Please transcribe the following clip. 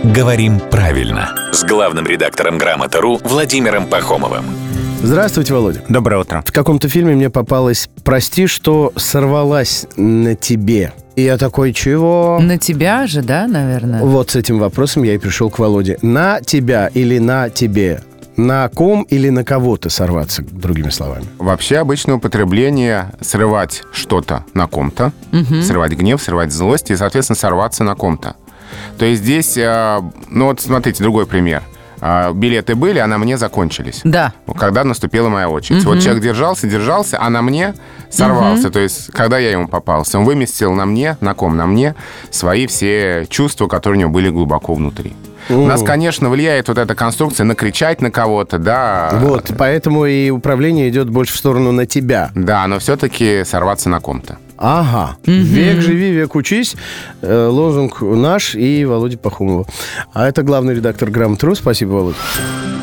«Говорим правильно» с главным редактором «Грамота.ру» Владимиром Пахомовым. Здравствуйте, Володя. Доброе утро. В каком-то фильме мне попалось «Прости, что сорвалась на тебе». И я такой, чего? На тебя же, да, наверное? Вот с этим вопросом я и пришел к Володе. На тебя или на тебе? На ком или на кого-то сорваться, другими словами? Вообще обычное употребление срывать что-то на ком-то, срывать гнев, срывать злость и, соответственно, сорваться на ком-то. То есть здесь, вот смотрите, другой пример. Билеты были, а на мне закончились. Да. Когда наступила моя очередь. Вот человек держался, а на мне сорвался. То есть, когда я ему попался, он выместил на мне, на ком? На мне свои все чувства, которые у него были глубоко внутри. У нас, конечно, влияет вот эта конструкция накричать на кого-то, да. Вот, поэтому и управление идет больше в сторону на тебя. Да, но все-таки сорваться на ком-то. Ага. Век живи, век учись. Лозунг наш и Володя Пахомова. А это главный редактор «Грамота.ру». Спасибо, Володя.